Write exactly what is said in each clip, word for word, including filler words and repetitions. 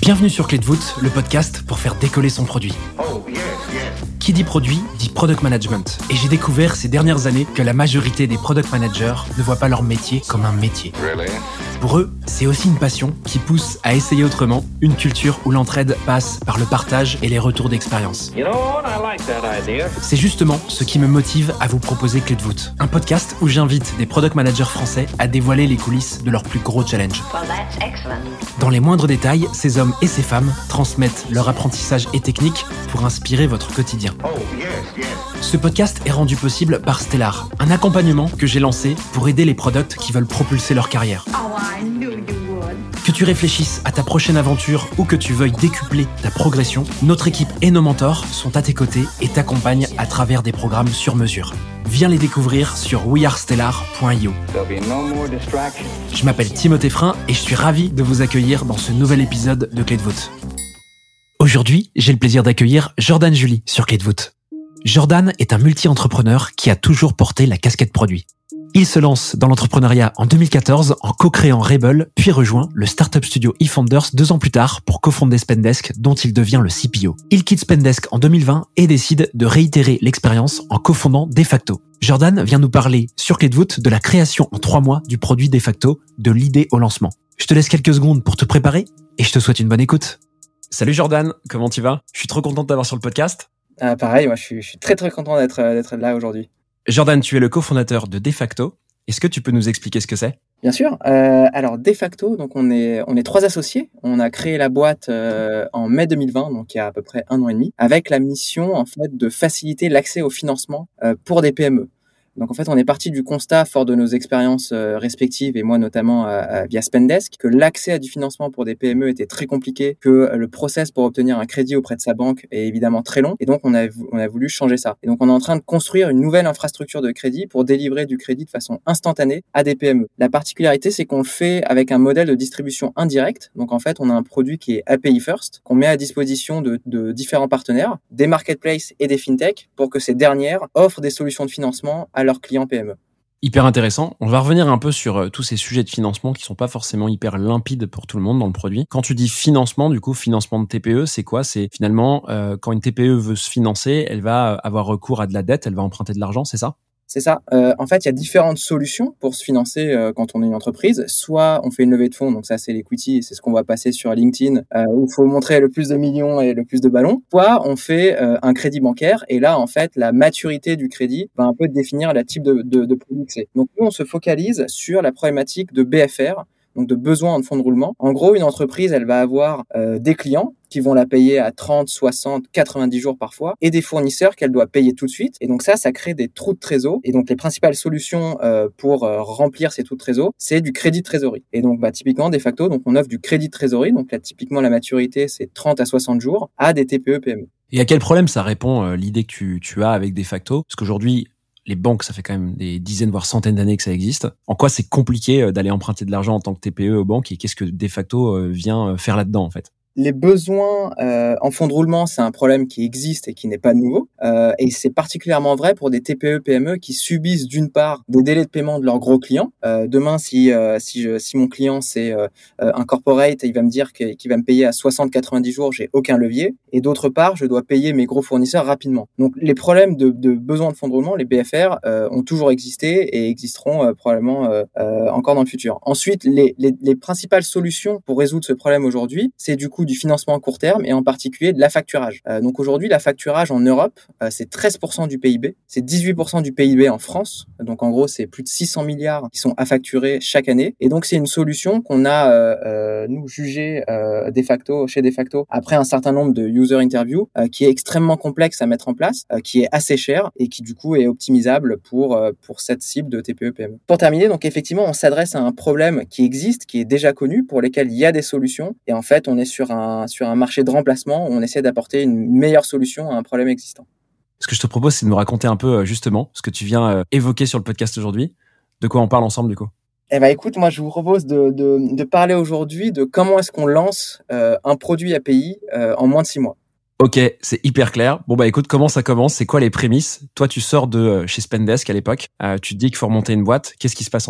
Bienvenue sur Clé de voûte, le podcast pour faire décoller son produit. Oh, yes, yes. Qui dit produit, dit product management. Et j'ai découvert ces dernières années que la majorité des product managers ne voient pas leur métier comme un métier. Really? Pour eux, c'est aussi une passion qui pousse à essayer autrement, une culture où l'entraide passe par le partage et les retours d'expérience. You know what? I like that idea. C'est justement ce qui me motive à vous proposer Clé de voûte, un podcast où j'invite des product managers français à dévoiler les coulisses de leurs plus gros challenges. Well, that's excellent. Dans les moindres détails, ces hommes et ces femmes transmettent leur apprentissage et techniques pour inspirer votre quotidien. Oh, yes, yes. Ce podcast est rendu possible par Stellar, un accompagnement que j'ai lancé pour aider les products qui veulent propulser leur carrière. Oh, I knew you would. Que tu réfléchisses à ta prochaine aventure ou que tu veuilles décupler ta progression, notre équipe et nos mentors sont à tes côtés et t'accompagnent à travers des programmes sur mesure. Viens les découvrir sur we are stellar point i o. There'll be no more distractions. Je m'appelle Timothée Frein et je suis ravi de vous accueillir dans ce nouvel épisode de Clé de voûte. Aujourd'hui, j'ai le plaisir d'accueillir Jordan Julie sur Clé de voûte. Jordan est un multi-entrepreneur qui a toujours porté la casquette produit. Il se lance dans l'entrepreneuriat en deux mille quatorze en co-créant Rebel, puis rejoint le startup studio eFounders deux ans plus tard pour cofonder Spendesk, dont il devient le C P O. Il quitte Spendesk en deux mille vingt et décide de réitérer l'expérience en cofondant Defacto. Jordan vient nous parler sur Clé de voûte de la création en trois mois du produit Defacto, de l'idée au lancement. Je te laisse quelques secondes pour te préparer et je te souhaite une bonne écoute. Salut Jordan, comment tu vas ? Je suis trop content de t'avoir sur le podcast. Ah, pareil, moi je suis, je suis très très content d'être, d'être là aujourd'hui. Jordan, tu es le cofondateur de Defacto. Est-ce que tu peux nous expliquer ce que c'est ? Bien sûr. Euh, alors Defacto, donc on est on est trois associés. On a créé la boîte euh, en mai deux mille vingt, donc il y a à peu près un an et demi, avec la mission en fait de faciliter l'accès au financement euh, pour des P M E. Donc en fait, on est parti du constat, fort de nos expériences euh, respectives, et moi notamment euh, euh, via Spendesk, que l'accès à du financement pour des P M E était très compliqué, que euh, le process pour obtenir un crédit auprès de sa banque est évidemment très long, et donc on a, on a voulu changer ça. Et donc on est en train de construire une nouvelle infrastructure de crédit pour délivrer du crédit de façon instantanée à des P M E. La particularité, c'est qu'on le fait avec un modèle de distribution indirecte. Donc en fait, on a un produit qui est A P I first, qu'on met à disposition de, de différents partenaires, des marketplaces et des fintech, pour que ces dernières offrent des solutions de financement à leurs clients P M E. Hyper intéressant. On va revenir un peu sur euh, tous ces sujets de financement qui sont pas forcément hyper limpides pour tout le monde dans le produit. Quand tu dis financement, du coup, financement de T P E, c'est quoi ? C'est finalement, euh, quand une T P E veut se financer, elle va avoir recours à de la dette, elle va emprunter de l'argent, c'est ça ? C'est ça. Euh, en fait, il y a différentes solutions pour se financer euh, quand on est une entreprise. Soit on fait une levée de fonds, donc ça c'est l'equity, et c'est ce qu'on va passer sur LinkedIn, euh, où il faut montrer le plus de millions et le plus de ballons. Soit on fait euh, un crédit bancaire, et là en fait la maturité du crédit va un peu définir le type de, de, de produit que c'est. Donc nous on se focalise sur la problématique de B F R, donc de besoin en fonds de roulement. En gros, une entreprise, elle va avoir euh, des clients qui vont la payer à trente, soixante, quatre-vingt-dix jours parfois, et des fournisseurs qu'elle doit payer tout de suite. Et donc ça, ça crée des trous de trésor. Et donc les principales solutions euh, pour euh, remplir ces trous de trésor, c'est du crédit de trésorerie. Et donc bah typiquement, Defacto, donc on offre du crédit de trésorerie. Donc là, typiquement, la maturité, c'est trente à soixante jours à des T P E P M E. Et à quel problème ça répond euh, l'idée que tu, tu as avec Defacto ? Parce qu'aujourd'hui, les banques, ça fait quand même des dizaines, voire centaines d'années que ça existe. En quoi c'est compliqué d'aller emprunter de l'argent en tant que T P E aux banques et qu'est-ce que Defacto vient faire là-dedans, en fait ? Les besoins euh, en fonds de roulement, c'est un problème qui existe et qui n'est pas nouveau. Euh, et c'est particulièrement vrai pour des T P E P M E qui subissent d'une part des délais de paiement de leurs gros clients. Euh, demain, si euh, si, je, si mon client c'est euh, un corporate, il va me dire que, qu'il va me payer à soixante à quatre-vingt-dix jours, j'ai aucun levier. Et d'autre part, je dois payer mes gros fournisseurs rapidement. Donc les problèmes de, de besoin de fonds de roulement, les B F R, euh, ont toujours existé et existeront euh, probablement euh, euh, encore dans le futur. Ensuite, les, les, les principales solutions pour résoudre ce problème aujourd'hui, c'est du coup du financement à court terme et en particulier de l'affacturage. Euh, donc aujourd'hui, l'affacturage en Europe, euh, c'est treize pour cent du P I B, c'est dix-huit pour cent du P I B en France. Donc en gros, c'est plus de six cents milliards qui sont affacturés chaque année. Et donc c'est une solution qu'on a euh, euh, nous jugée euh, Defacto chez Defacto après un certain nombre de user interviews, euh, qui est extrêmement complexe à mettre en place, euh, qui est assez cher et qui du coup est optimisable pour euh, pour cette cible de T P E P M E. Pour terminer, donc effectivement, on s'adresse à un problème qui existe, qui est déjà connu, pour lesquels il y a des solutions. Et en fait, on est sur un sur un marché de remplacement où on essaie d'apporter une meilleure solution à un problème existant. Ce que je te propose, c'est de nous raconter un peu justement ce que tu viens évoquer sur le podcast aujourd'hui. De quoi on parle ensemble du coup ? Eh ben écoute, moi je vous propose de de, de parler aujourd'hui de comment est-ce qu'on lance euh, un produit A P I euh, en moins de six mois. Ok, c'est hyper clair. Bon bah écoute, comment ça commence ? C'est quoi les prémices ? Toi, tu sors de chez Spendesk à l'époque. Euh, tu te dis qu'il faut remonter une boîte. Qu'est-ce qui se passe ensuite ?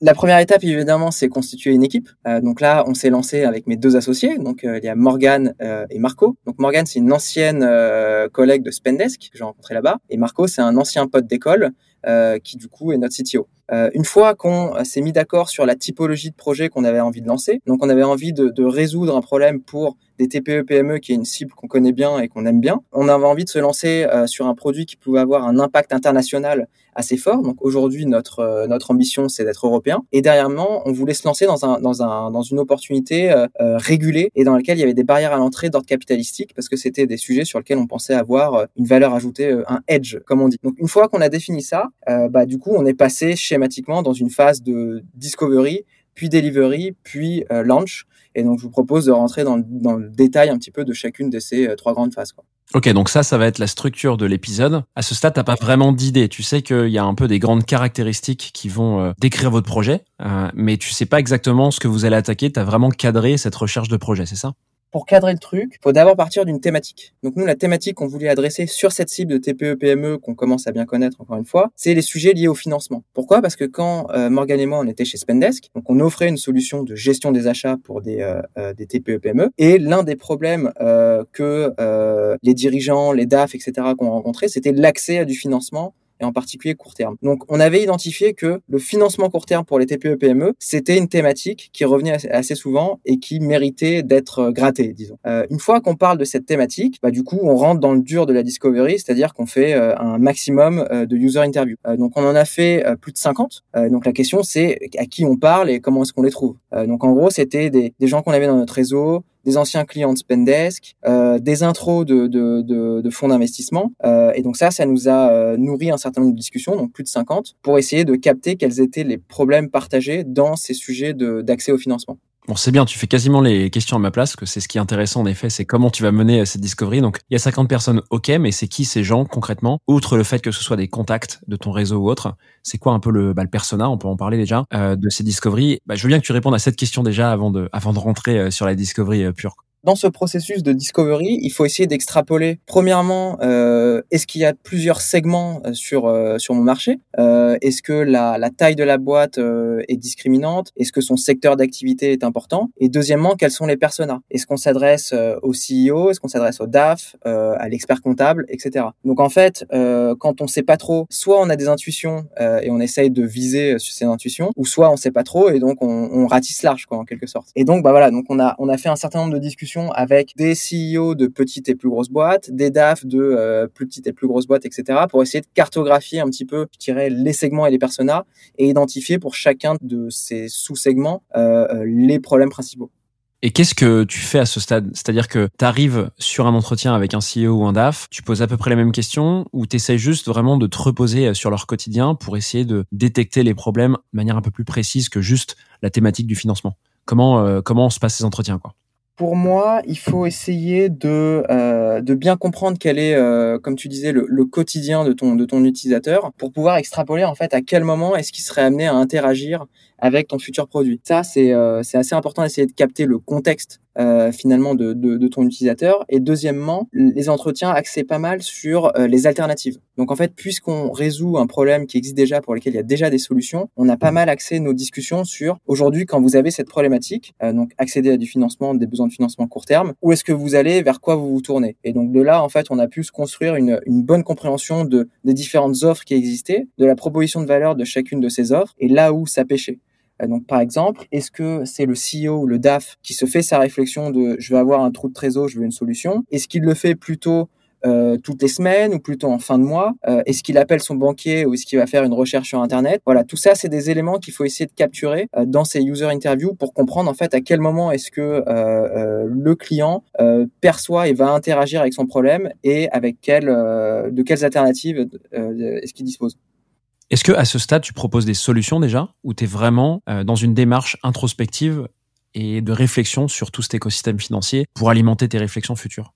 La première étape, évidemment, c'est constituer une équipe. Euh, donc là, on s'est lancé avec mes deux associés. Donc euh, il y a Morgane euh, et Marco. Donc Morgane, c'est une ancienne euh, collègue de Spendesk que j'ai rencontrée là-bas. Et Marco, c'est un ancien pote d'école euh, qui du coup est notre C T O. Euh, une fois qu'on euh, s'est mis d'accord sur la typologie de projet qu'on avait envie de lancer, donc on avait envie de, de résoudre un problème pour des T P E P M E qui est une cible qu'on connaît bien et qu'on aime bien. On avait envie de se lancer euh, sur un produit qui pouvait avoir un impact international assez fort. Donc aujourd'hui, notre euh, notre ambition, c'est d'être européen. Et dernièrement, on voulait se lancer dans un dans un dans une opportunité euh, euh, régulée et dans laquelle il y avait des barrières à l'entrée d'ordre capitalistique parce que c'était des sujets sur lesquels on pensait avoir euh, une valeur ajoutée, euh, un edge, comme on dit. Donc une fois qu'on a défini ça, euh, bah du coup, on est passé schématiquement dans une phase de discovery, puis delivery, puis euh, launch. Et donc, je vous propose de rentrer dans le, dans le détail un petit peu de chacune de ces euh, trois grandes phases, quoi. Ok, donc ça, ça va être la structure de l'épisode. À ce stade, t'as pas vraiment d'idée. Tu sais qu'il y a un peu des grandes caractéristiques qui vont euh, décrire votre projet, euh, mais tu sais pas exactement ce que vous allez attaquer. T'as vraiment cadré cette recherche de projet, c'est ça ? Pour cadrer le truc, il faut d'abord partir d'une thématique. Donc nous, la thématique qu'on voulait adresser sur cette cible de T P E P M E qu'on commence à bien connaître encore une fois, c'est les sujets liés au financement. Pourquoi ? Parce que quand euh, Morgane et moi, on était chez Spendesk, donc on offrait une solution de gestion des achats pour des, euh, euh, des T P E P M E, et l'un des problèmes euh, que euh, les dirigeants, les D A F, et cetera qu'on rencontrait, c'était l'accès à du financement, et en particulier court terme. Donc, on avait identifié que le financement court terme pour les T P E P M E, c'était une thématique qui revenait assez souvent et qui méritait d'être grattée, disons. Euh, une fois qu'on parle de cette thématique, bah, du coup, on rentre dans le dur de la discovery, c'est-à-dire qu'on fait euh, un maximum euh, de user interviews. Euh, donc, on en a fait euh, plus de cinquante. Euh, donc, la question, c'est à qui on parle et comment est-ce qu'on les trouve. Euh, donc, en gros, c'était des, des gens qu'on avait dans notre réseau, des anciens clients de Spendesk, euh, des intros de, de, de, de fonds d'investissement. Euh, et donc ça, ça nous a euh, nourri un certain nombre de discussions, donc plus de cinquante, pour essayer de capter quels étaient les problèmes partagés dans ces sujets de, d'accès au financement. Bon, c'est bien, tu fais quasiment les questions à ma place, que c'est ce qui est intéressant en effet, c'est comment tu vas mener cette discovery. Donc, il y a cinquante personnes, ok, mais c'est qui ces gens concrètement ? Outre le fait que ce soit des contacts de ton réseau ou autre, c'est quoi un peu le, bah, le persona, on peut en parler déjà, euh, de ces discoveries. Bah, je veux bien que tu répondes à cette question déjà avant de, avant de rentrer sur la discovery pure. Dans ce processus de discovery, il faut essayer d'extrapoler. Premièrement, euh, est-ce qu'il y a plusieurs segments sur euh, sur mon marché ? euh, Est-ce que la, la taille de la boîte euh, est discriminante ? Est-ce que son secteur d'activité est important ? Et deuxièmement, quels sont les personas ? Est-ce qu'on s'adresse euh, au C E O ? Est-ce qu'on s'adresse au D A F, euh, à l'expert comptable, et cetera. Donc en fait, euh, quand on sait pas trop, soit on a des intuitions euh, et on essaye de viser sur ces intuitions, ou soit on sait pas trop et donc on, on ratisse large, quoi, en quelque sorte. Et donc bah voilà, donc on a on a fait un certain nombre de discussions avec des C E O de petites et plus grosses boîtes, des D A F de euh, plus petites et plus grosses boîtes, et cetera, pour essayer de cartographier un petit peu, je dirais, les segments et les personas et identifier pour chacun de ces sous-segments euh, les problèmes principaux. Et qu'est-ce que tu fais à ce stade ? C'est-à-dire que tu arrives sur un entretien avec un C E O ou un D A F, tu poses à peu près les mêmes questions ou tu essaies juste vraiment de te reposer sur leur quotidien pour essayer de détecter les problèmes de manière un peu plus précise que juste la thématique du financement ? Comment, euh, comment se passent ces entretiens, quoi ? Pour moi, il faut essayer de euh, de bien comprendre quel est, euh, comme tu disais, le, le quotidien de ton de ton utilisateur pour pouvoir extrapoler en fait à quel moment est-ce qu'il serait amené à interagir avec ton futur produit. Ça, c'est euh, c'est assez important d'essayer de capter le contexte euh, finalement de, de de ton utilisateur. Et deuxièmement, les entretiens axés pas mal sur euh, les alternatives. Donc en fait, puisqu'on résout un problème qui existe déjà, pour lequel il y a déjà des solutions, on a pas mal axé nos discussions sur aujourd'hui, quand vous avez cette problématique, euh, donc accéder à du financement, des besoins de financement court terme, où est-ce que vous allez, vers quoi vous vous tournez. Et donc de là, en fait, on a pu se construire une, une bonne compréhension de des différentes offres qui existaient, de la proposition de valeur de chacune de ces offres, et là où ça pêchait. Donc, par exemple, est-ce que c'est le C E O ou le D A F qui se fait sa réflexion de « je vais avoir un trou de trésor, je veux une solution ». Est-ce qu'il le fait plutôt euh, toutes les semaines ou plutôt en fin de mois ? euh, Est-ce qu'il appelle son banquier ou est-ce qu'il va faire une recherche sur Internet ? Voilà, tout ça, c'est des éléments qu'il faut essayer de capturer euh, dans ces user interviews pour comprendre en fait à quel moment est-ce que euh, euh, le client euh, perçoit et va interagir avec son problème et avec quelle, euh, de quelles alternatives euh, est-ce qu'il dispose. Est-ce que à ce stade, tu proposes des solutions déjà ou tu es vraiment euh, dans une démarche introspective et de réflexion sur tout cet écosystème financier pour alimenter tes réflexions futures ?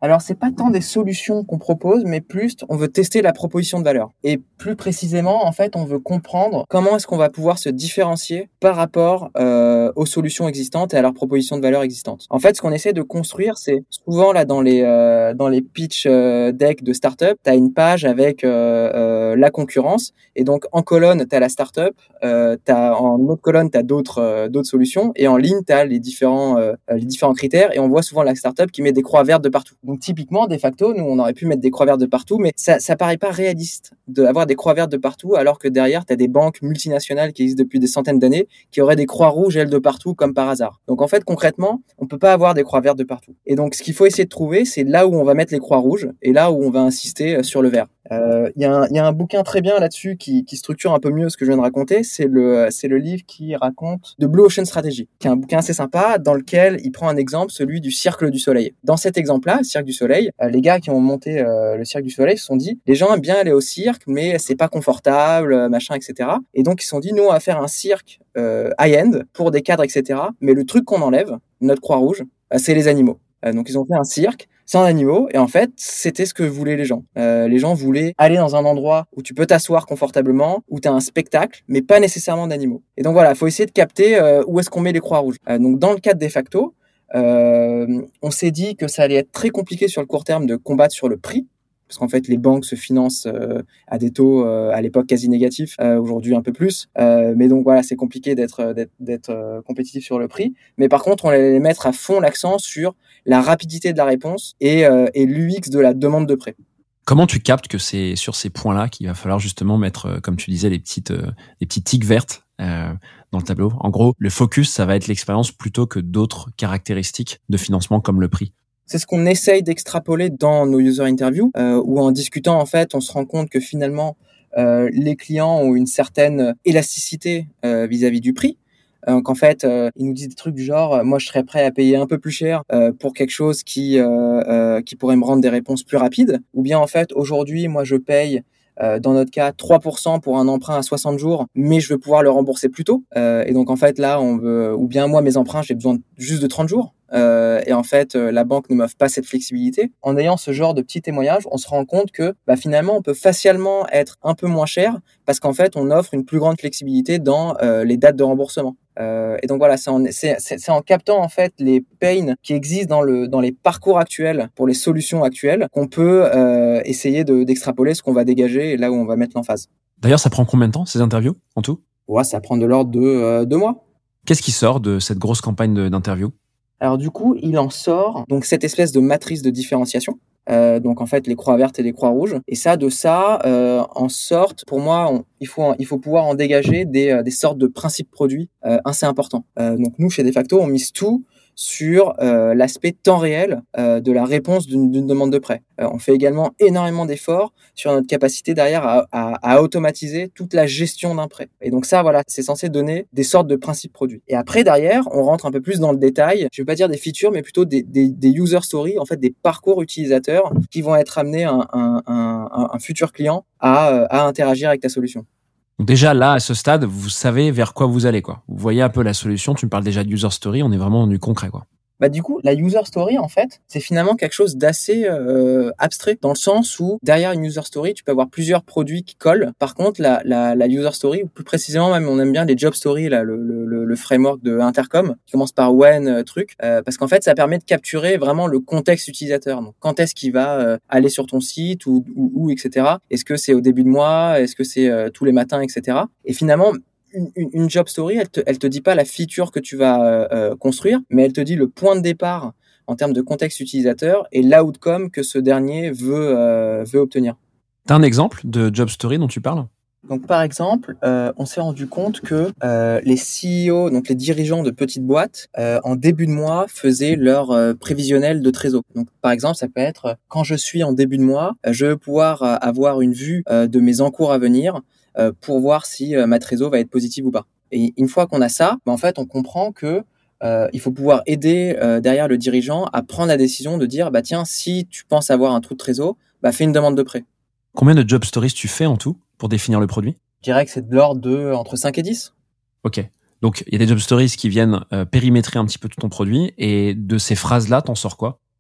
Alors, c'est pas tant des solutions qu'on propose, mais plus on veut tester la proposition de valeur. Et plus précisément, en fait, on veut comprendre comment est-ce qu'on va pouvoir se différencier par rapport euh, aux solutions existantes et à leurs propositions de valeur existantes. En fait, ce qu'on essaie de construire, c'est souvent là dans les euh, dans les pitch euh, decks de startup, t'as une page avec euh, euh, la concurrence, et donc en colonne t'as la startup, euh, t'as en autre colonne t'as d'autres euh, d'autres solutions, et en ligne t'as les différents euh, les différents critères, et on voit souvent la startup qui met des croix vertes de partout. Donc typiquement, de facto, nous on aurait pu mettre des croix vertes de partout, mais ça ça paraît pas réaliste d'avoir des croix vertes de partout, alors que derrière t'as des banques multinationales qui existent depuis des centaines d'années qui auraient des croix rouges elles de partout comme par hasard. Donc en fait concrètement, on peut pas avoir des croix vertes de partout. Et donc ce qu'il faut essayer de trouver, c'est là où on va mettre les croix rouges et là où on va insister sur le vert. Il euh, y, y a un bouquin très bien là-dessus qui, qui structure un peu mieux ce que je viens de raconter. C'est le, c'est le livre qui raconte The Blue Ocean Strategy, qui est un bouquin assez sympa dans lequel il prend un exemple, celui du Cirque du Soleil. Dans cet exemple-là, le Cirque du Soleil, euh, les gars qui ont monté euh, le Cirque du Soleil se sont dit, les gens aiment bien aller au cirque, mais c'est pas confortable, machin, et cetera. Et donc ils se sont dit, nous on va faire un cirque euh, high-end pour des cadres, et cetera. Mais le truc qu'on enlève, notre croix rouge, euh, c'est les animaux. Euh, donc ils ont fait un cirque sans animaux, et en fait, c'était ce que voulaient les gens. Euh, les gens voulaient aller dans un endroit où tu peux t'asseoir confortablement, où tu as un spectacle, mais pas nécessairement d'animaux. Et donc voilà, il faut essayer de capter euh, où est-ce qu'on met les croix rouges. Euh, donc dans le cadre des factos, euh, on s'est dit que ça allait être très compliqué sur le court terme de combattre sur le prix, parce qu'en fait, les banques se financent euh, à des taux euh, à l'époque quasi négatifs, euh, aujourd'hui un peu plus. Euh, mais donc voilà, c'est compliqué d'être d'être, d'être euh, compétitif sur le prix. Mais par contre, on allait mettre à fond l'accent sur la rapidité de la réponse et, euh, et l'U X de la demande de prêt. Comment tu captes que c'est sur ces points-là qu'il va falloir justement mettre, comme tu disais, les petites euh, les petites tiques vertes euh, dans le tableau? En gros, le focus, ça va être l'expérience plutôt que d'autres caractéristiques de financement comme le prix. C'est ce qu'on essaye d'extrapoler dans nos user interviews, euh, où en discutant, en fait, on se rend compte que finalement, euh, les clients ont une certaine élasticité euh, vis-à-vis du prix. Donc en fait, euh, ils nous disent des trucs du genre, euh, moi je serais prêt à payer un peu plus cher euh, pour quelque chose qui euh, euh, qui pourrait me rendre des réponses plus rapides. Ou bien en fait, aujourd'hui, moi je paye Euh, dans notre cas, trois pour cent pour un emprunt à soixante jours, mais je veux pouvoir le rembourser plus tôt. Euh, et donc, en fait, là, on veut, ou bien moi, mes emprunts, j'ai besoin juste de trente jours. Euh, et en fait, euh, la banque ne m'offre pas cette flexibilité. En ayant ce genre de petits témoignages, on se rend compte que, bah, finalement, on peut facialement être un peu moins cher parce qu'en fait, on offre une plus grande flexibilité dans euh, les dates de remboursement. Euh, et donc voilà, c'est en, c'est, c'est, c'est en captant en fait les pains qui existent dans le dans les parcours actuels pour les solutions actuelles qu'on peut euh, essayer de, d'extrapoler ce qu'on va dégager et là où on va mettre l'emphase. D'ailleurs, ça prend combien de temps ces interviews en tout? Ouais, ça prend de l'ordre de euh, deux mois. Qu'est-ce qui sort de cette grosse campagne de, d'interviews? Alors du coup, il en sort donc cette espèce de matrice de différenciation. Euh, donc en fait les croix vertes et les croix rouges. Et ça, de ça, euh, en sorte, pour moi, on, il faut il faut pouvoir en dégager des euh, des sortes de principes produits euh, assez importants. Euh, donc nous, chez De Facto, on mise tout sur euh, l'aspect temps réel euh, de la réponse d'une, d'une demande de prêt. Euh, on fait également énormément d'efforts sur notre capacité derrière à, à, à automatiser toute la gestion d'un prêt. Et donc ça, voilà, c'est censé donner des sortes de principes produits. Et après, derrière, on rentre un peu plus dans le détail. Je vais pas dire des features, mais plutôt des, des, des user stories, en fait, des parcours utilisateurs qui vont être amenés à un, un, un, un futur client à, à interagir avec ta solution. Donc déjà là, à ce stade, vous savez vers quoi vous allez, quoi. Vous voyez un peu la solution. Tu me parles déjà de user story. On est vraiment dans du concret, quoi. Bah du coup, la user story, en fait, c'est finalement quelque chose d'assez euh, abstrait, dans le sens où derrière une user story, tu peux avoir plusieurs produits qui collent. Par contre, la, la, la user story, ou plus précisément même, on aime bien les job stories, là, le, le, le framework de Intercom, qui commence par when euh, truc, euh, parce qu'en fait, ça permet de capturer vraiment le contexte utilisateur. Donc, quand est-ce qu'il va euh, aller sur ton site ou, ou, ou et cetera. Est-ce que c'est au début de mois? Est-ce que c'est euh, tous les matins, et cetera. Et finalement, Une, une, une job story, elle te, elle te dit pas la feature que tu vas euh, construire, mais elle te dit le point de départ en termes de contexte utilisateur et l'outcome que ce dernier veut, euh, veut obtenir. T'as un exemple de job story dont tu parles? Donc par exemple, euh, on s'est rendu compte que euh, les C E O, donc les dirigeants de petites boîtes, euh, en début de mois faisaient leur euh, prévisionnel de trésor. Donc par exemple, ça peut être euh, quand je suis en début de mois, euh, je veux pouvoir euh, avoir une vue euh, de mes encours à venir euh, pour voir si euh, ma trésor va être positive ou pas. Et une fois qu'on a ça, bah, en fait, on comprend que euh, il faut pouvoir aider euh, derrière le dirigeant à prendre la décision de dire bah tiens, si tu penses avoir un trou de trésor, bah fais une demande de prêt. Combien de job stories tu fais en tout pour définir le produit? Je dirais que c'est de l'ordre de entre cinq et dix. Ok. Donc, il y a des job stories qui viennent euh, périmétrer un petit peu tout ton produit. Et de ces phrases-là, t'en sors quoi?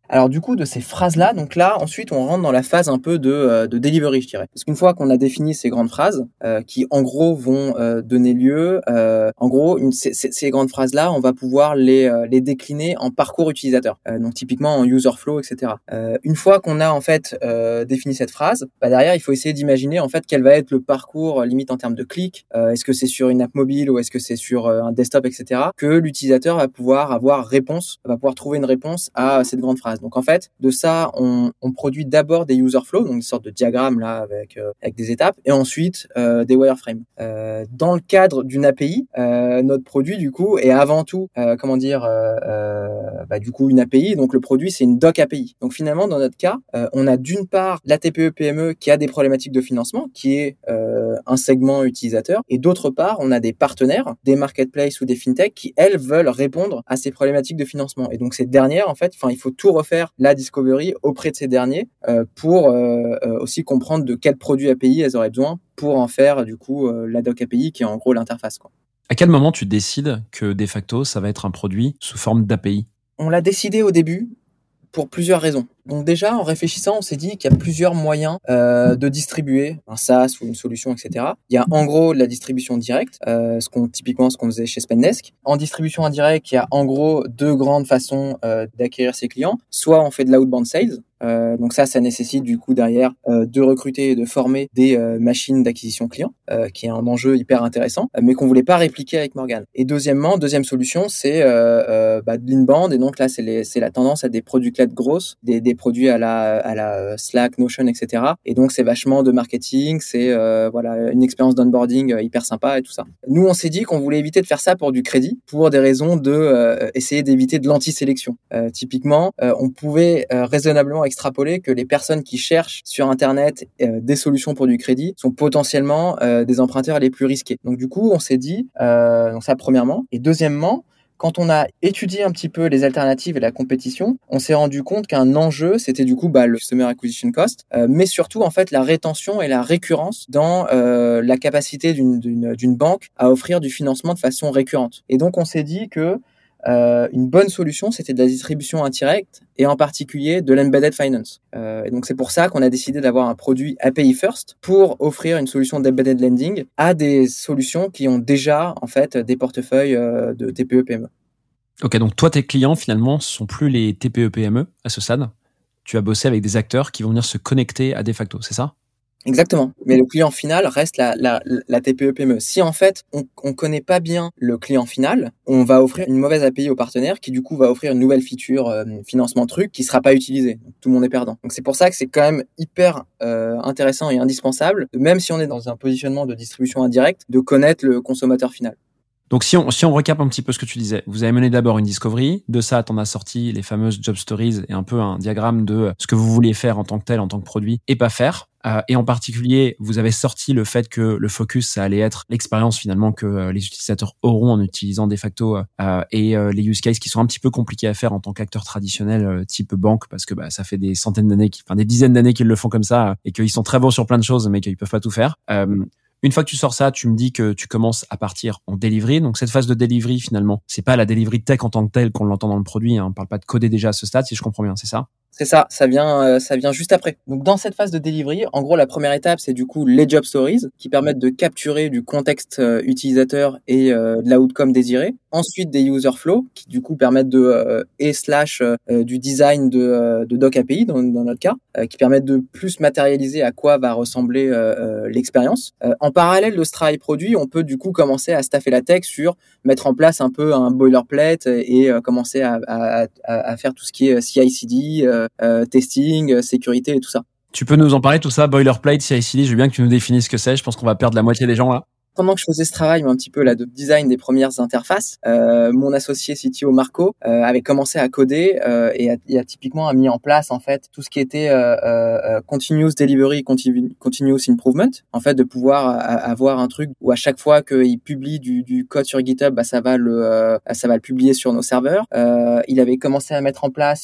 Alors du coup, de ces phrases-là, donc là, ensuite, on rentre dans la phase un peu de, euh, de delivery, je dirais. Parce qu'une fois qu'on a défini ces grandes phrases, euh, qui en gros vont euh, donner lieu, euh, en gros, une, ces, ces grandes phrases-là, on va pouvoir les, euh, les décliner en parcours utilisateur. Euh, donc typiquement en user flow, et cetera. Euh, une fois qu'on a en fait euh, défini cette phrase, bah, derrière, il faut essayer d'imaginer en fait quel va être le parcours euh, limite en termes de clics. Euh, est-ce que c'est sur une app mobile ou est-ce que c'est sur euh, un desktop, et cetera. Que l'utilisateur va pouvoir avoir réponse, va pouvoir trouver une réponse à cette grande phrase. Donc en fait, de ça, on, on produit d'abord des user flows, donc une sorte de diagramme là avec euh, avec des étapes, et ensuite euh, des wireframes. Euh, dans le cadre d'une A P I, euh, notre produit du coup est avant tout, euh, comment dire, euh, euh, bah, du coup une A P I. Donc le produit c'est une doc A P I. Donc finalement dans notre cas, euh, on a d'une part la T P E P M E qui a des problématiques de financement, qui est euh, un segment utilisateur, et d'autre part on a des partenaires, des marketplaces ou des fintech qui elles veulent répondre à ces problématiques de financement. Et donc ces dernières en fait, enfin il faut tout refaire la discovery auprès de ces derniers euh, pour euh, euh, aussi comprendre de quel produit A P I elles auraient besoin pour en faire du coup euh, la doc A P I qui est en gros l'interface, quoi. À quel moment tu décides que de facto ça va être un produit sous forme d'A P I? On l'a décidé au début pour plusieurs raisons. Donc déjà, en réfléchissant, on s'est dit qu'il y a plusieurs moyens euh, de distribuer un SaaS ou une solution, et cetera. Il y a en gros de la distribution directe, euh, ce qu'on typiquement ce qu'on faisait chez Spendesk. En distribution indirecte, il y a en gros deux grandes façons euh, d'acquérir ses clients. Soit on fait de l'outbound sales. Euh, donc ça, ça nécessite du coup derrière euh, de recruter et de former des euh, machines d'acquisition clients, euh, qui est un enjeu hyper intéressant, euh, mais qu'on voulait pas répliquer avec Morgan. Et deuxièmement, deuxième solution, c'est euh, euh, bah, de l'inbound. Et donc là, c'est, les, c'est la tendance à des produits-clés grosses, des, des produits à la, à la Slack, Notion, et cetera. Et donc c'est vachement de marketing, c'est euh, voilà une expérience d'onboarding euh, hyper sympa et tout ça. Nous, on s'est dit qu'on voulait éviter de faire ça pour du crédit, pour des raisons de euh, essayer d'éviter de l'anti-sélection. Euh, typiquement, euh, on pouvait euh, raisonnablement extrapoler que les personnes qui cherchent sur Internet euh, des solutions pour du crédit sont potentiellement euh, des emprunteurs les plus risqués. Donc du coup, on s'est dit, euh, donc ça premièrement, et deuxièmement, quand on a étudié un petit peu les alternatives et la compétition, on s'est rendu compte qu'un enjeu, c'était du coup bah, le Customer Acquisition Cost, euh, mais surtout en fait la rétention et la récurrence dans euh, la capacité d'une, d'une, d'une banque à offrir du financement de façon récurrente. Et donc on s'est dit que Euh, une bonne solution, c'était de la distribution indirecte et en particulier de l'embedded finance. Euh, et donc c'est pour ça qu'on a décidé d'avoir un produit A P I first pour offrir une solution d'embedded lending à des solutions qui ont déjà en fait des portefeuilles euh, de T P E P M E. Ok, donc toi tes clients finalement sont plus les T P E P M E à ce stade. Tu as bossé avec des acteurs qui vont venir se connecter à de facto, c'est ça? Exactement. Mais le client final reste la, la, la T P E P M E. Si en fait, on, on connaît pas bien le client final, on va offrir une mauvaise A P I au partenaire qui du coup va offrir une nouvelle feature, euh, financement truc qui sera pas utilisée. Donc, tout le monde est perdant. Donc c'est pour ça que c'est quand même hyper euh, intéressant et indispensable, même si on est dans un positionnement de distribution indirecte, de connaître le consommateur final. Donc si on, si on recap un petit peu ce que tu disais, vous avez mené d'abord une discovery, de ça t'en as sorti les fameuses job stories et un peu un diagramme de ce que vous vouliez faire en tant que tel, en tant que produit, et pas faire. Euh, et en particulier, vous avez sorti le fait que le focus, ça allait être l'expérience finalement que euh, les utilisateurs auront en utilisant de facto euh, et euh, les use cases qui sont un petit peu compliqués à faire en tant qu'acteur traditionnel euh, type banque, parce que bah, ça fait des centaines d'années, enfin des dizaines d'années qu'ils le font comme ça et qu'ils sont très bons sur plein de choses, mais qu'ils peuvent pas tout faire. Euh, Une fois que tu sors ça, tu me dis que tu commences à partir en delivery. Donc cette phase de delivery, finalement, c'est pas la delivery tech en tant que telle qu'on l'entend dans le produit. Hein. On parle pas de coder déjà à ce stade, si je comprends bien, c'est ça? C'est ça, ça vient, euh, ça vient juste après. Donc dans cette phase de delivery, en gros la première étape c'est du coup les job stories qui permettent de capturer du contexte euh, utilisateur et euh, de l'outcome désiré. Ensuite des user flow qui du coup permettent de euh, et slash euh, du design de, euh, de doc A P I dans, dans notre cas, euh, qui permettent de plus matérialiser à quoi va ressembler euh, euh, l'expérience. Euh, en parallèle de ce travail produit, on peut du coup commencer à staffer la tech sur mettre en place un peu un boilerplate et euh, commencer à, à, à, à faire tout ce qui est C I C D. Euh, Euh, testing, euh, sécurité et tout ça. Tu peux nous en parler tout ça, boilerplate, C I C D, je veux bien que tu nous définisses ce que c'est, je pense qu'on va perdre la moitié des gens là. Pendant que je faisais ce travail un petit peu là de design des premières interfaces, euh, mon associé C T O Marco euh, avait commencé à coder euh, et, a, et a typiquement a mis en place en fait tout ce qui était euh, euh, continuous delivery, continu, continuous improvement, en fait de pouvoir a, avoir un truc où à chaque fois qu'il publie du, du code sur GitHub, bah ça va le euh, ça va le publier sur nos serveurs. Euh, il avait commencé à mettre en place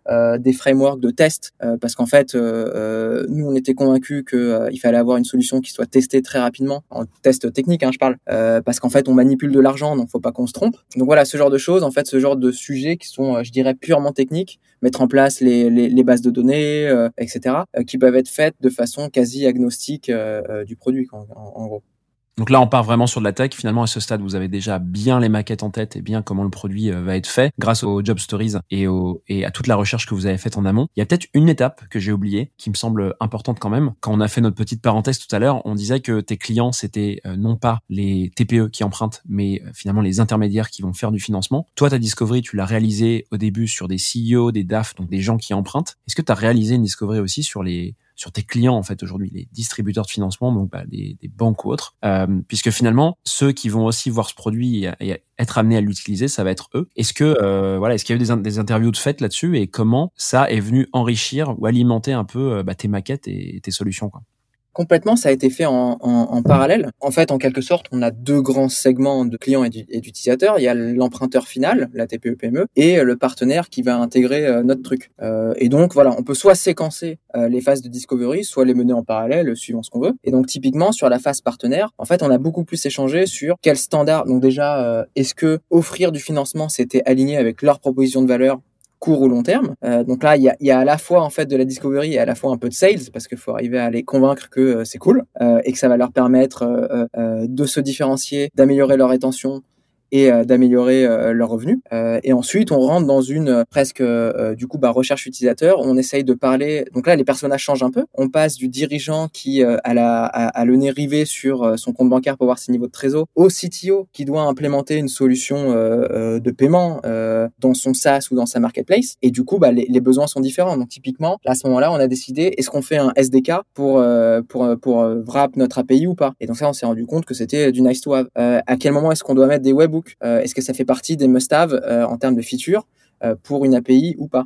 euh, des frameworks de test, euh, parce qu'en fait, euh, euh, nous, on était convaincus qu'il euh, fallait avoir une solution qui soit testée très rapidement, en test technique, hein, je parle, euh, parce qu'en fait, on manipule de l'argent, donc faut pas qu'on se trompe. Donc voilà, ce genre de choses, en fait, ce genre de sujets qui sont, euh, je dirais, purement techniques, mettre en place les, les, les bases de données, euh, et cetera, euh, qui peuvent être faites de façon quasi agnostique euh, euh, du produit, en, en, en gros. Donc là, on part vraiment sur de la tech. Finalement, à ce stade, vous avez déjà bien les maquettes en tête et bien comment le produit va être fait grâce aux job stories et, au, et à toute la recherche que vous avez faite en amont. Il y a peut-être une étape que j'ai oubliée qui me semble importante quand même. Quand on a fait notre petite parenthèse tout à l'heure, on disait que tes clients, c'était non pas les T P E qui empruntent, mais finalement les intermédiaires qui vont faire du financement. Toi, ta discovery, tu l'as réalisée au début sur des C E O, des D A F, donc des gens qui empruntent. Est-ce que tu as réalisé une discovery aussi sur les sur tes clients, en fait, aujourd'hui, les distributeurs de financement, donc bah, des, des banques ou autres, euh, puisque finalement, ceux qui vont aussi voir ce produit et, et être amenés à l'utiliser, ça va être eux. Est-ce que euh, voilà, est-ce qu'il y a eu des, des interviews de fait là-dessus et comment ça est venu enrichir ou alimenter un peu bah, tes maquettes et, et tes solutions, quoi? Complètement, ça a été fait en, en, en parallèle. En fait, en quelque sorte, on a deux grands segments de clients et d'utilisateurs. Il y a l'emprunteur final, la T P E P M E, et le partenaire qui va intégrer euh, notre truc. Euh, et donc, voilà, on peut soit séquencer euh, les phases de discovery, soit les mener en parallèle, suivant ce qu'on veut. Et donc, typiquement, sur la phase partenaire, en fait, on a beaucoup plus échangé sur quel standard. Donc déjà, euh, est-ce que offrir du financement, c'était aligné avec leur proposition de valeur court ou long terme. Euh, donc là, il y a, y a à la fois en fait de la discovery et à la fois un peu de sales parce qu'il faut arriver à les convaincre que euh, c'est cool euh, et que ça va leur permettre euh, euh, de se différencier, d'améliorer leur rétention et euh, d'améliorer euh, leurs revenus. Euh, et ensuite, on rentre dans une euh, presque euh, du coup bah, recherche utilisateur. On essaye de parler. Donc là, les personnages changent un peu. On passe du dirigeant qui euh, a, la, a, a le nez rivé sur euh, son compte bancaire pour voir ses niveaux de trésor, au C T O qui doit implémenter une solution euh, euh, de paiement euh, dans son SaaS ou dans sa marketplace. Et du coup, bah, les, les besoins sont différents. Donc typiquement, là, à ce moment-là, on a décidé est-ce qu'on fait un S D K pour euh, pour pour euh, wrap notre A P I ou pas. Et donc ça, on s'est rendu compte que c'était du nice to have. Euh, à quel moment est-ce qu'on doit mettre des webhooks? Euh, est-ce que ça fait partie des must-have euh, en termes de features euh, pour une A P I ou pas?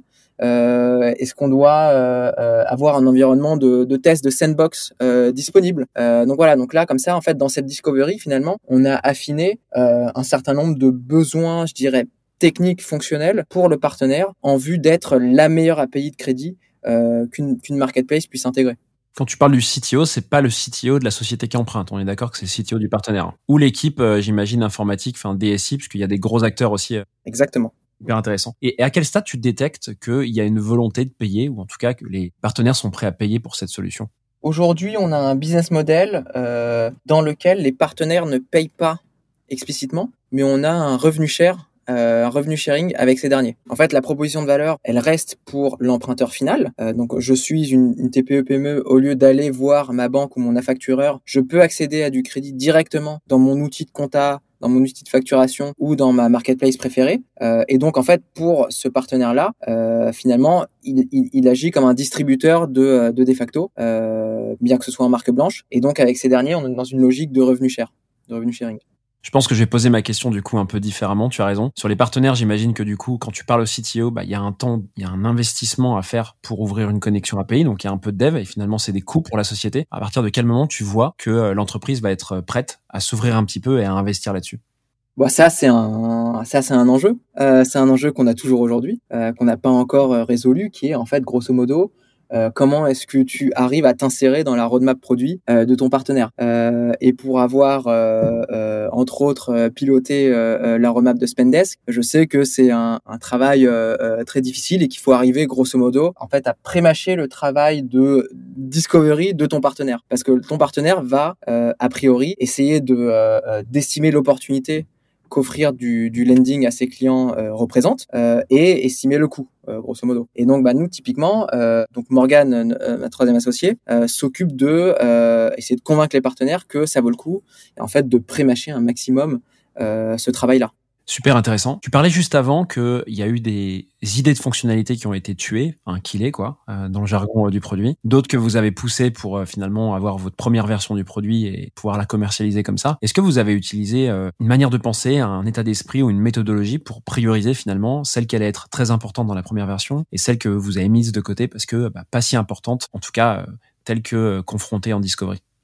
Euh, est-ce qu'on doit euh, euh, avoir un environnement de, de test de sandbox euh, disponible? euh, Donc voilà, donc là comme ça en fait dans cette discovery finalement on a affiné euh, un certain nombre de besoins, je dirais techniques, fonctionnels pour le partenaire en vue d'être la meilleure A P I de crédit euh, qu'une, qu'une marketplace puisse intégrer. Quand tu parles du C T O, c'est pas le C T O de la société qui emprunte. On est d'accord que c'est le C T O du partenaire. Ou l'équipe, euh, j'imagine, informatique, enfin D S I, parce qu'il y a des gros acteurs aussi. Euh, Exactement. Hyper intéressant. Et, et à quel stade tu détectes qu'il y a une volonté de payer, ou en tout cas que les partenaires sont prêts à payer pour cette solution? Aujourd'hui, on a un business model euh, dans lequel les partenaires ne payent pas explicitement, mais on a un revenu share Euh, un revenu sharing avec ces derniers. En fait, la proposition de valeur, elle reste pour l'emprunteur final. Euh, donc, je suis une, une T P E P M E, au lieu d'aller voir ma banque ou mon affactureur, je peux accéder à du crédit directement dans mon outil de compta, dans mon outil de facturation ou dans ma marketplace préférée. Euh, et donc, en fait, pour ce partenaire-là, euh, finalement, il, il, il agit comme un distributeur de, de de facto, euh, bien que ce soit en marque blanche. Et donc, avec ces derniers, on est dans une logique de revenu share, de revenu sharing. Je pense que je vais poser ma question du coup un peu différemment, tu as raison. Sur les partenaires, j'imagine que du coup, quand tu parles au C T O, bah, il y a un temps, il y a un investissement à faire pour ouvrir une connexion A P I, donc il y a un peu de dev et finalement c'est des coûts pour la société. À partir de quel moment tu vois que euh, l'entreprise va être prête à s'ouvrir un petit peu et à investir là-dessus? Bon, ça c'est un, ça c'est un enjeu. Euh, c'est un enjeu qu'on a toujours aujourd'hui, euh, qu'on n'a pas encore euh, résolu, qui est en fait grosso modo Euh, comment est-ce que tu arrives à t'insérer dans la roadmap produit euh, de ton partenaire euh, et pour avoir euh, euh, entre autres euh, piloté euh, la roadmap de Spendesk, je sais que c'est un, un travail euh, très difficile et qu'il faut arriver grosso modo en fait à pré-mâcher le travail de discovery de ton partenaire, parce que ton partenaire va euh, a priori essayer de euh, d'estimer l'opportunité qu'offrir du, du lending à ses clients euh, représente euh, et estimer le coût euh, grosso modo. Et donc bah nous typiquement euh, donc Morgane, euh, ma troisième associée, euh, s'occupe de euh, essayer de convaincre les partenaires que ça vaut le coup et en fait de pré-mâcher un maximum euh, ce travail-là. Super intéressant. Tu parlais juste avant qu'il y a eu des idées de fonctionnalités qui ont été tuées, enfin killées quoi, euh, dans le jargon euh, du produit. D'autres que vous avez poussées pour euh, finalement avoir votre première version du produit et pouvoir la commercialiser comme ça. Est-ce que vous avez utilisé euh, une manière de penser, un état d'esprit ou une méthodologie pour prioriser finalement celle qui allait être très importante dans la première version et celle que vous avez mise de côté parce que bah, pas si importante, en tout cas euh, telle que euh, confrontée en discovery?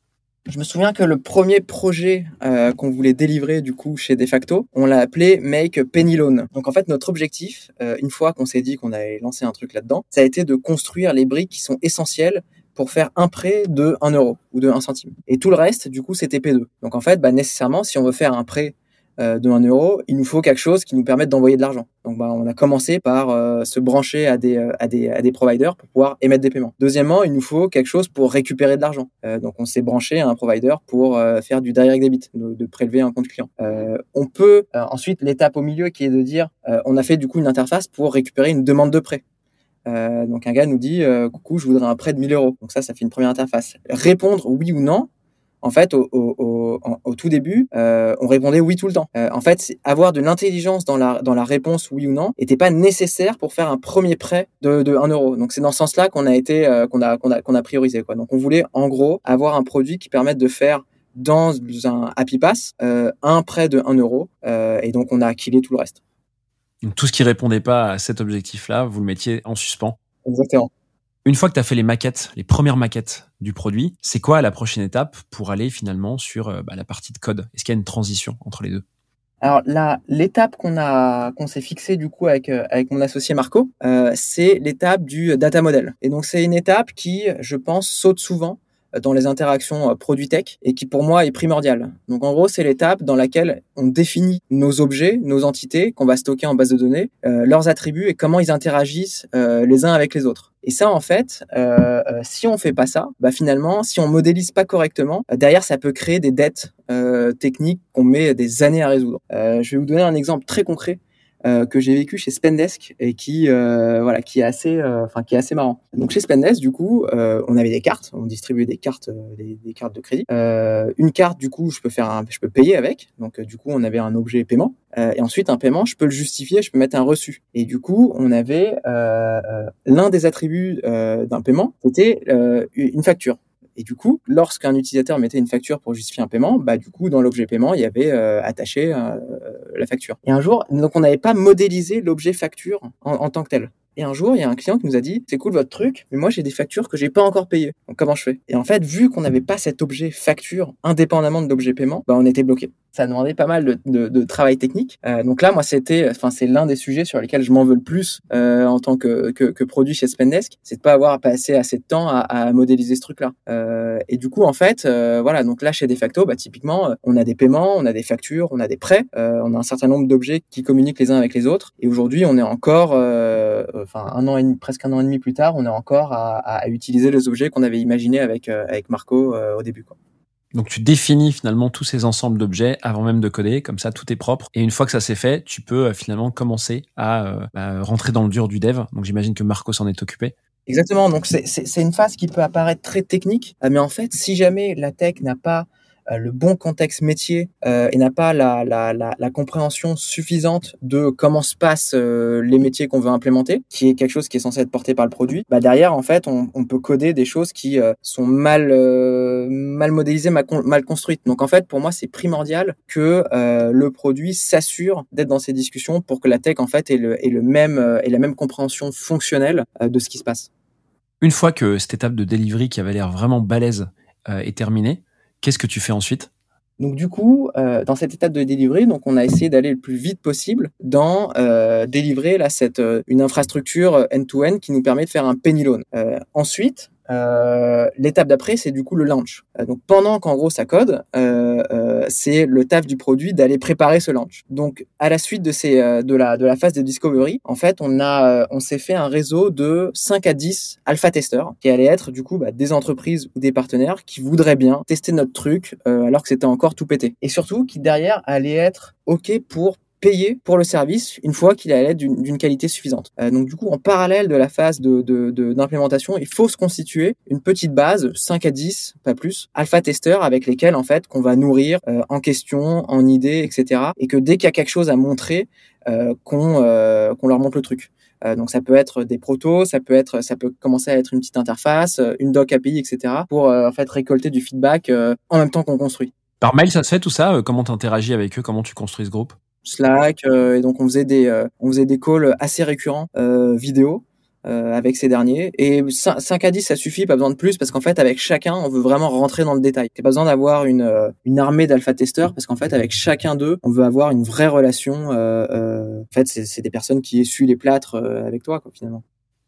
Je me souviens que le premier projet euh, qu'on voulait délivrer du coup chez Defacto, on l'a appelé Make Penny Loan. Donc en fait notre objectif, euh, une fois qu'on s'est dit qu'on allait lancer un truc là-dedans, ça a été de construire les briques qui sont essentielles pour faire un prêt de un euro ou de un centime. Et tout le reste, du coup, c'était P deux. Donc en fait, bah, nécessairement, si on veut faire un prêt euh, de un euro, il nous faut quelque chose qui nous permette d'envoyer de l'argent. Donc bah, on a commencé par euh, se brancher à des, euh, à, des, à des providers pour pouvoir émettre des paiements. Deuxièmement, il nous faut quelque chose pour récupérer de l'argent. Euh, donc on s'est branché à un provider pour euh, faire du direct debit, de, de prélever un compte client. Euh, on peut euh, ensuite, l'étape au milieu qui est de dire, euh, on a fait du coup une interface pour récupérer une demande de prêt. Euh, donc un gars nous dit euh, coucou, je voudrais un prêt de mille euros. Donc ça, ça fait une première interface. Répondre oui ou non. En fait, au, au, au, au tout début, euh, on répondait oui tout le temps. Euh, en fait, avoir de l'intelligence dans la dans la réponse oui ou non n'était pas nécessaire pour faire un premier prêt de, de un euro. Donc c'est dans ce sens-là qu'on a été euh, qu'on a qu'on a qu'on a priorisé quoi. Donc on voulait en gros avoir un produit qui permette de faire dans un Happy Pass euh, un prêt de un euro euh, et donc on a killé tout le reste. Donc, tout ce qui répondait pas à cet objectif-là, vous le mettiez en suspens. Exactement. Une fois que tu as fait les maquettes, les premières maquettes du produit, c'est quoi la prochaine étape pour aller finalement sur euh, bah, la partie de code? Est-ce qu'il y a une transition entre les deux? Alors là, l'étape qu'on a qu'on s'est fixée du coup avec euh, avec mon associé Marco, euh, c'est l'étape du data model. Et donc c'est une étape qui, je pense, saute souvent dans les interactions produit tech et qui pour moi est primordiale. Donc en gros, c'est l'étape dans laquelle on définit nos objets, nos entités qu'on va stocker en base de données, euh, leurs attributs et comment ils interagissent euh, les uns avec les autres. Et ça, en fait, euh, si on fait pas ça, bah finalement, si on modélise pas correctement, derrière, ça peut créer des dettes euh, techniques qu'on met des années à résoudre. Euh, je vais vous donner un exemple très concret. Euh, que j'ai vécu chez Spendesk et qui euh, voilà qui est assez enfin euh, qui est assez marrant. Donc chez Spendesk du coup euh, on avait des cartes, on distribuait des cartes euh, des, des cartes de crédit. Euh, une carte du coup je peux faire un, je peux payer avec. Donc euh, du coup on avait un objet paiement euh, et ensuite un paiement je peux le justifier, je peux mettre un reçu. Et du coup on avait euh, euh, l'un des attributs euh, d'un paiement, c'était euh, une facture. Et du coup, lorsqu'un utilisateur mettait une facture pour justifier un paiement, bah du coup, dans l'objet paiement, il y avait euh, attaché euh, la facture. Et un jour, donc on n'avait pas modélisé l'objet facture en, en tant que tel. Et un jour, il y a un client qui nous a dit « C'est cool votre truc, mais moi j'ai des factures que j'ai pas encore payées. Donc comment je fais ?» Et en fait, vu qu'on n'avait pas cet objet facture indépendamment de l'objet paiement, bah on était bloqué. Ça demandait pas mal de, de, de travail technique. Euh, donc là, moi, c'était, enfin, c'est l'un des sujets sur lesquels je m'en veux le plus euh, en tant que, que, que produit chez Spendesk, c'est de pas avoir à passer assez de temps à, à modéliser ce truc-là. Euh, et du coup, en fait, euh, voilà. Donc là, chez Defacto, bah typiquement, on a des paiements, on a des factures, on a des prêts, euh, on a un certain nombre d'objets qui communiquent les uns avec les autres. Et aujourd'hui, on est encore, euh, enfin, un an et demi, presque un an et demi plus tard, on est encore à, à, à utiliser les objets qu'on avait imaginés avec euh, avec Marco euh, au début, quoi. Donc tu définis finalement tous ces ensembles d'objets avant même de coder, comme ça tout est propre. Et une fois que ça c'est fait, tu peux euh, finalement commencer à euh, bah, rentrer dans le dur du dev. Donc j'imagine que Marco s'en est occupé. Exactement, donc c'est, c'est, c'est une phase qui peut apparaître très technique, mais en fait, si jamais la tech n'a pas le bon contexte métier euh, et n'a pas la, la, la, la compréhension suffisante de comment se passent euh, les métiers qu'on veut implémenter, qui est quelque chose qui est censé être porté par le produit, bah derrière, en fait, on, on peut coder des choses qui euh, sont mal euh, mal modélisées, mal, mal construites. Donc, en fait, pour moi, c'est primordial que euh, le produit s'assure d'être dans ces discussions pour que la tech, en fait, ait, le, ait, le même, euh, ait la même compréhension fonctionnelle euh, de ce qui se passe. Une fois que cette étape de delivery qui avait l'air vraiment balèze euh, est terminée, qu'est-ce que tu fais ensuite ? Donc du coup, euh, dans cette étape de delivery, donc on a essayé d'aller le plus vite possible dans euh, délivrer là cette euh, une infrastructure end-to-end qui nous permet de faire un penny loan. Euh, ensuite, euh, l'étape d'après, c'est du coup le launch. Euh, donc pendant qu'en gros ça code, euh, euh, c'est le taf du produit d'aller préparer ce launch. Donc à la suite de ces euh, de la de la phase de discovery, en fait, on a euh, on s'est fait un réseau de cinq à dix alpha testeurs qui allaient être du coup bah, des entreprises ou des partenaires qui voudraient bien tester notre truc euh, alors que c'était encore tout pété. Et surtout qui derrière allaient être OK pour payer pour le service une fois qu'il allait être d'une, d'une qualité suffisante. Euh, donc du coup, en parallèle de la phase de, de, de, d'implémentation, il faut se constituer une petite base, cinq à dix, pas plus, alpha-testeurs avec lesquels, en fait, qu'on va nourrir euh, en questions, en idées, et cetera. Et que dès qu'il y a quelque chose à montrer, euh, qu'on, euh, qu'on leur montre le truc. Euh, donc ça peut être des protos, ça peut être, ça peut commencer à être une petite interface, une doc A P I, et cetera. Pour euh, en fait récolter du feedback euh, en même temps qu'on construit. Par mail, ça se fait tout ça ? Comment tu interagis avec eux ? Comment tu construis ce groupe ? Slack, euh, et donc on faisait des, euh, on faisait des calls assez récurrents euh, vidéo. euh, avec ces derniers. Et cinq à dix, ça suffit, pas besoin de plus, parce qu'en fait, avec chacun, on veut vraiment rentrer dans le détail. T'as pas besoin d'avoir une, euh, une armée d'alpha-testeurs, parce qu'en fait, avec chacun d'eux, on veut avoir une vraie relation. Euh, euh, en fait, c'est, c'est des personnes qui essuient les plâtres euh, avec toi, quoi, finalement.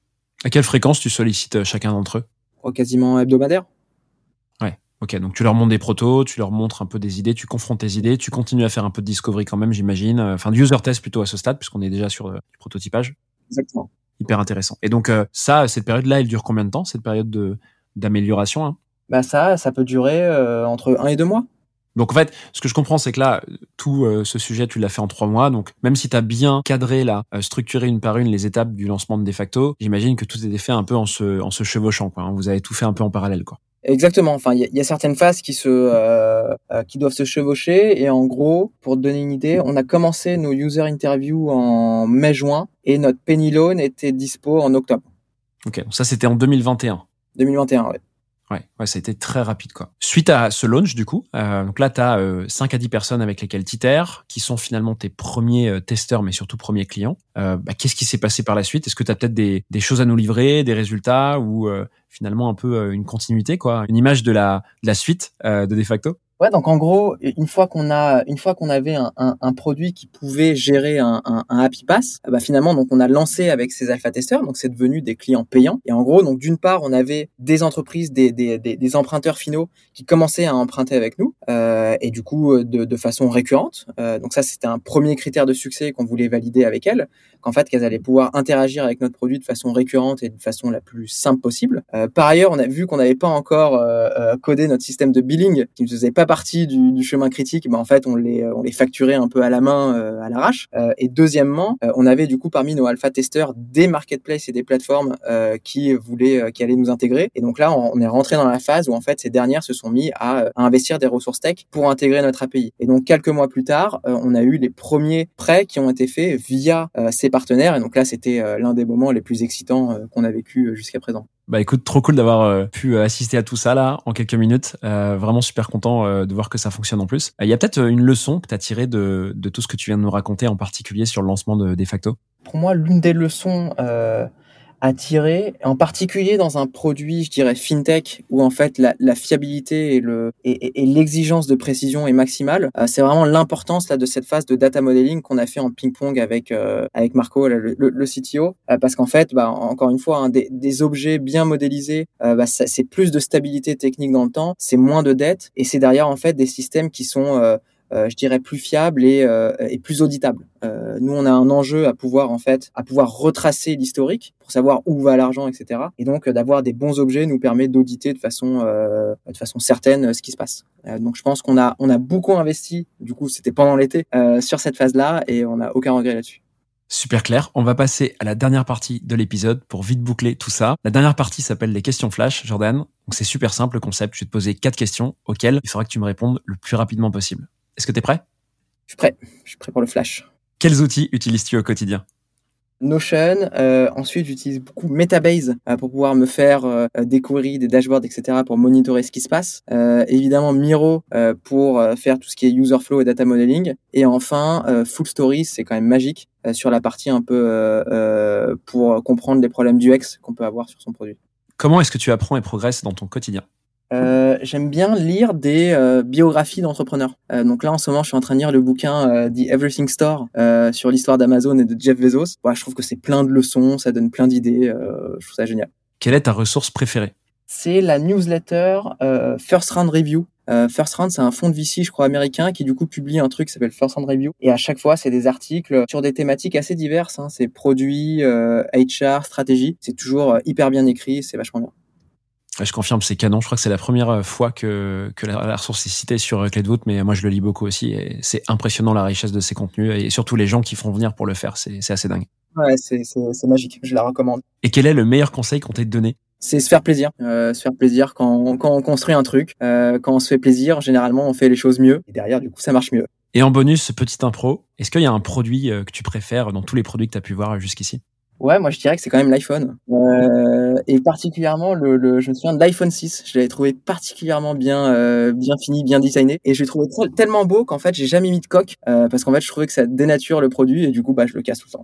À quelle fréquence tu sollicites chacun d'entre eux? Oh, quasiment hebdomadaire. Ouais, ok. Donc tu leur montres des protos, tu leur montres un peu des idées, tu confrontes tes idées, tu continues à faire un peu de discovery quand même, j'imagine. Enfin, du user test plutôt à ce stade, puisqu'on est déjà sur euh, du prototypage. Exactement. Hyper intéressant. Et donc euh, ça, cette période-là, elle dure combien de temps, cette période de d'amélioration hein? Bah ça, ça peut durer euh, entre un et deux mois. Donc en fait, ce que je comprends, c'est que là, tout euh, ce sujet, tu l'as fait en trois mois. Donc même si tu as bien cadré, là, euh, structuré une par une les étapes du lancement de De facto, j'imagine que tout était fait un peu en se, en se chevauchant, quoi. Hein. Vous avez tout fait un peu en parallèle, quoi. Exactement. Enfin, il y, y a certaines phases qui se, euh, euh, qui doivent se chevaucher. Et en gros, pour te donner une idée, on a commencé nos user interviews en mai-juin et notre penny loan était dispo en octobre. Ok. Donc ça, c'était en deux mille vingt et un. deux mille vingt et un, ouais. Ouais, ouais, ça a été très rapide, quoi. Suite à ce launch, du coup, euh, donc là, tu as euh, cinq à dix personnes avec lesquelles tu itères, qui sont finalement tes premiers euh, testeurs, mais surtout premiers clients. Euh, bah, qu'est-ce qui s'est passé par la suite? Est-ce que tu as peut-être des, des choses à nous livrer, des résultats, ou euh, finalement un peu euh, une continuité, quoi, une image de la, de la suite euh, de De facto? Ouais, donc en gros, une fois qu'on a, une fois qu'on avait un, un, un produit qui pouvait gérer un, un, un Happy Pass, bah finalement, donc on a lancé avec ces alpha testeurs, donc c'est devenu des clients payants. Et en gros, donc d'une part, on avait des entreprises, des, des, des, des emprunteurs finaux qui commençaient à emprunter avec nous, euh, et du coup de, de façon récurrente. Euh, donc ça, c'était un premier critère de succès qu'on voulait valider avec elles, qu'en fait qu'elles allaient pouvoir interagir avec notre produit de façon récurrente et de façon la plus simple possible. Euh, par ailleurs, on a vu qu'on n'avait pas encore euh, euh, codé notre système de billing, qui ne faisait pas partie du, du chemin critique, ben en fait on les on les facturait un peu à la main, euh, à l'arrache. Euh, et deuxièmement, euh, on avait du coup parmi nos alpha testeurs des marketplaces et des plateformes euh, qui voulaient euh, qui allaient nous intégrer. Et donc là on, on est rentré dans la phase où en fait ces dernières se sont mis à, à investir des ressources tech pour intégrer notre A P I. Et donc quelques mois plus tard, euh, on a eu les premiers prêts qui ont été faits via euh, ces partenaires. Et donc là c'était euh, l'un des moments les plus excitants euh, qu'on a vécu euh, jusqu'à présent. Bah écoute, trop cool d'avoir euh, pu assister à tout ça là en quelques minutes. Euh, vraiment super content euh, de voir que ça fonctionne en plus. Il euh, y a peut-être une leçon que tu as tirée de, de tout ce que tu viens de nous raconter, en particulier sur le lancement de De facto? Pour moi, l'une des leçons euh, à tirer, en particulier dans un produit, je dirais fintech, où en fait la, la fiabilité et, le, et, et, et l'exigence de précision est maximale, euh, c'est vraiment l'importance là de cette phase de data modeling qu'on a fait en ping-pong avec euh, avec Marco, là, le, le, le C T O, euh, parce qu'en fait, bah, encore une fois, hein, des, des objets bien modélisés, euh, bah, ça, c'est plus de stabilité technique dans le temps, c'est moins de dette, et c'est derrière en fait des systèmes qui sont euh, Euh, je dirais plus fiable et, euh, et plus auditable. Euh, nous, on a un enjeu à pouvoir en fait, à pouvoir retracer l'historique pour savoir où va l'argent, et cetera. Et donc, euh, d'avoir des bons objets nous permet d'auditer de façon, euh, de façon certaine euh, ce qui se passe. Euh, donc, je pense qu'on a, on a beaucoup investi. Du coup, c'était pendant l'été euh, sur cette phase-là et on n'a aucun regret là-dessus. Super clair. On va passer à la dernière partie de l'épisode pour vite boucler tout ça. La dernière partie s'appelle les questions flash, Jordan. Donc, c'est super simple le concept. Je vais te poser quatre questions auxquelles il faudra que tu me répondes le plus rapidement possible. Est-ce que tu es prêt? Je suis prêt. Je suis prêt pour le flash. Quels outils utilises-tu au quotidien? Notion. Euh, ensuite, j'utilise beaucoup Metabase euh, pour pouvoir me faire euh, des queries, des dashboards, et cetera pour monitorer ce qui se passe. Euh, évidemment, Miro euh, pour euh, faire tout ce qui est user flow et data modeling. Et enfin, euh, Full Stories, c'est quand même magique euh, sur la partie un peu euh, euh, pour comprendre les problèmes d'U X qu'on peut avoir sur son produit. Comment est-ce que tu apprends et progresses dans ton quotidien? Euh, j'aime bien lire des euh, biographies d'entrepreneurs. Euh, donc là, en ce moment, je suis en train de lire le bouquin euh, The Everything Store euh, sur l'histoire d'Amazon et de Jeff Bezos. Ouais, je trouve que c'est plein de leçons, ça donne plein d'idées. Euh, je trouve ça génial. Quelle est ta ressource préférée? C'est la newsletter euh, First Round Review. Euh, First Round, c'est un fonds de V C, je crois, américain, qui du coup publie un truc qui s'appelle First Round Review. Et à chaque fois, c'est des articles sur des thématiques assez diverses. Hein. C'est produits, euh, H R, stratégie. C'est toujours euh, hyper bien écrit, c'est vachement bien. Je confirme, c'est canon. Je crois que c'est la première fois que, que la, la ressource est citée sur Cloudvote, mais moi je le lis beaucoup aussi et c'est impressionnant la richesse de ces contenus et surtout les gens qui font venir pour le faire. C'est, c'est assez dingue. Ouais, c'est, c'est, c'est magique. Je la recommande. Et quel est le meilleur conseil qu'on t'ait donné? C'est se faire plaisir. Euh, se faire plaisir quand on, quand on construit un truc. Euh, quand on se fait plaisir, généralement, on fait les choses mieux. Et derrière, du coup, ça marche mieux. Et en bonus, petite impro, est-ce qu'il y a un produit que tu préfères dans tous les produits que tu as pu voir jusqu'ici? Ouais, moi je dirais que c'est quand même l'iPhone. Euh, et particulièrement, le, le, je me souviens de l'iPhone six. Je l'avais trouvé particulièrement bien, euh, bien fini, bien designé. Et je l'ai trouvé t- tellement beau qu'en fait, j'ai jamais mis de coque. Euh, parce qu'en fait, je trouvais que ça dénature le produit et du coup, bah, je le casse tout le temps.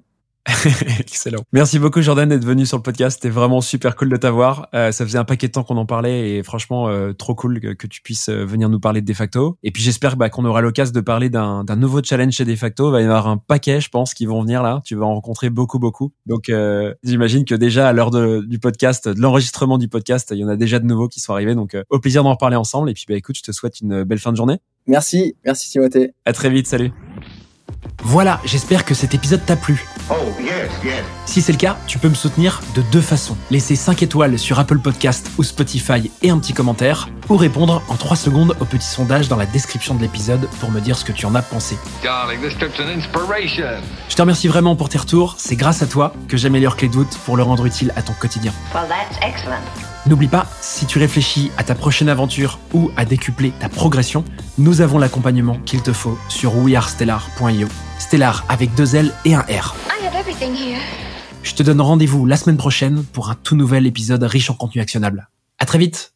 Excellent. Merci beaucoup Jordan d'être venu sur le podcast. C'était vraiment super cool de t'avoir. Euh, ça faisait un paquet de temps qu'on en parlait et franchement euh, trop cool que, que tu puisses venir nous parler de Defacto. Et puis j'espère bah, qu'on aura l'occasion de parler d'un, d'un nouveau challenge chez Defacto. Il va y avoir un paquet, je pense, qui vont venir là. Tu vas en rencontrer beaucoup, beaucoup. Donc euh, j'imagine que déjà à l'heure de, du podcast, de l'enregistrement du podcast, il y en a déjà de nouveaux qui sont arrivés. Donc euh, au plaisir d'en reparler ensemble. Et puis bah écoute, je te souhaite une belle fin de journée. Merci, merci Timothée. À très vite, salut. Voilà, j'espère que cet épisode t'a plu. Oh, yes, yes. Si c'est le cas, tu peux me soutenir de deux façons. Laisser cinq étoiles sur Apple Podcast ou Spotify et un petit commentaire, ou répondre en trois secondes au petit sondage dans la description de l'épisode pour me dire ce que tu en as pensé. Darling, this trip's an inspiration. Je te remercie vraiment pour tes retours, c'est grâce à toi que j'améliore Clé de voûte pour le rendre utile à ton quotidien. Well, that's excellent. N'oublie pas, si tu réfléchis à ta prochaine aventure ou à décupler ta progression, nous avons l'accompagnement qu'il te faut sur we are stellar point io. Stellar avec deux L et un R. I have everything here. Je te donne rendez-vous la semaine prochaine pour un tout nouvel épisode riche en contenu actionnable. À très vite!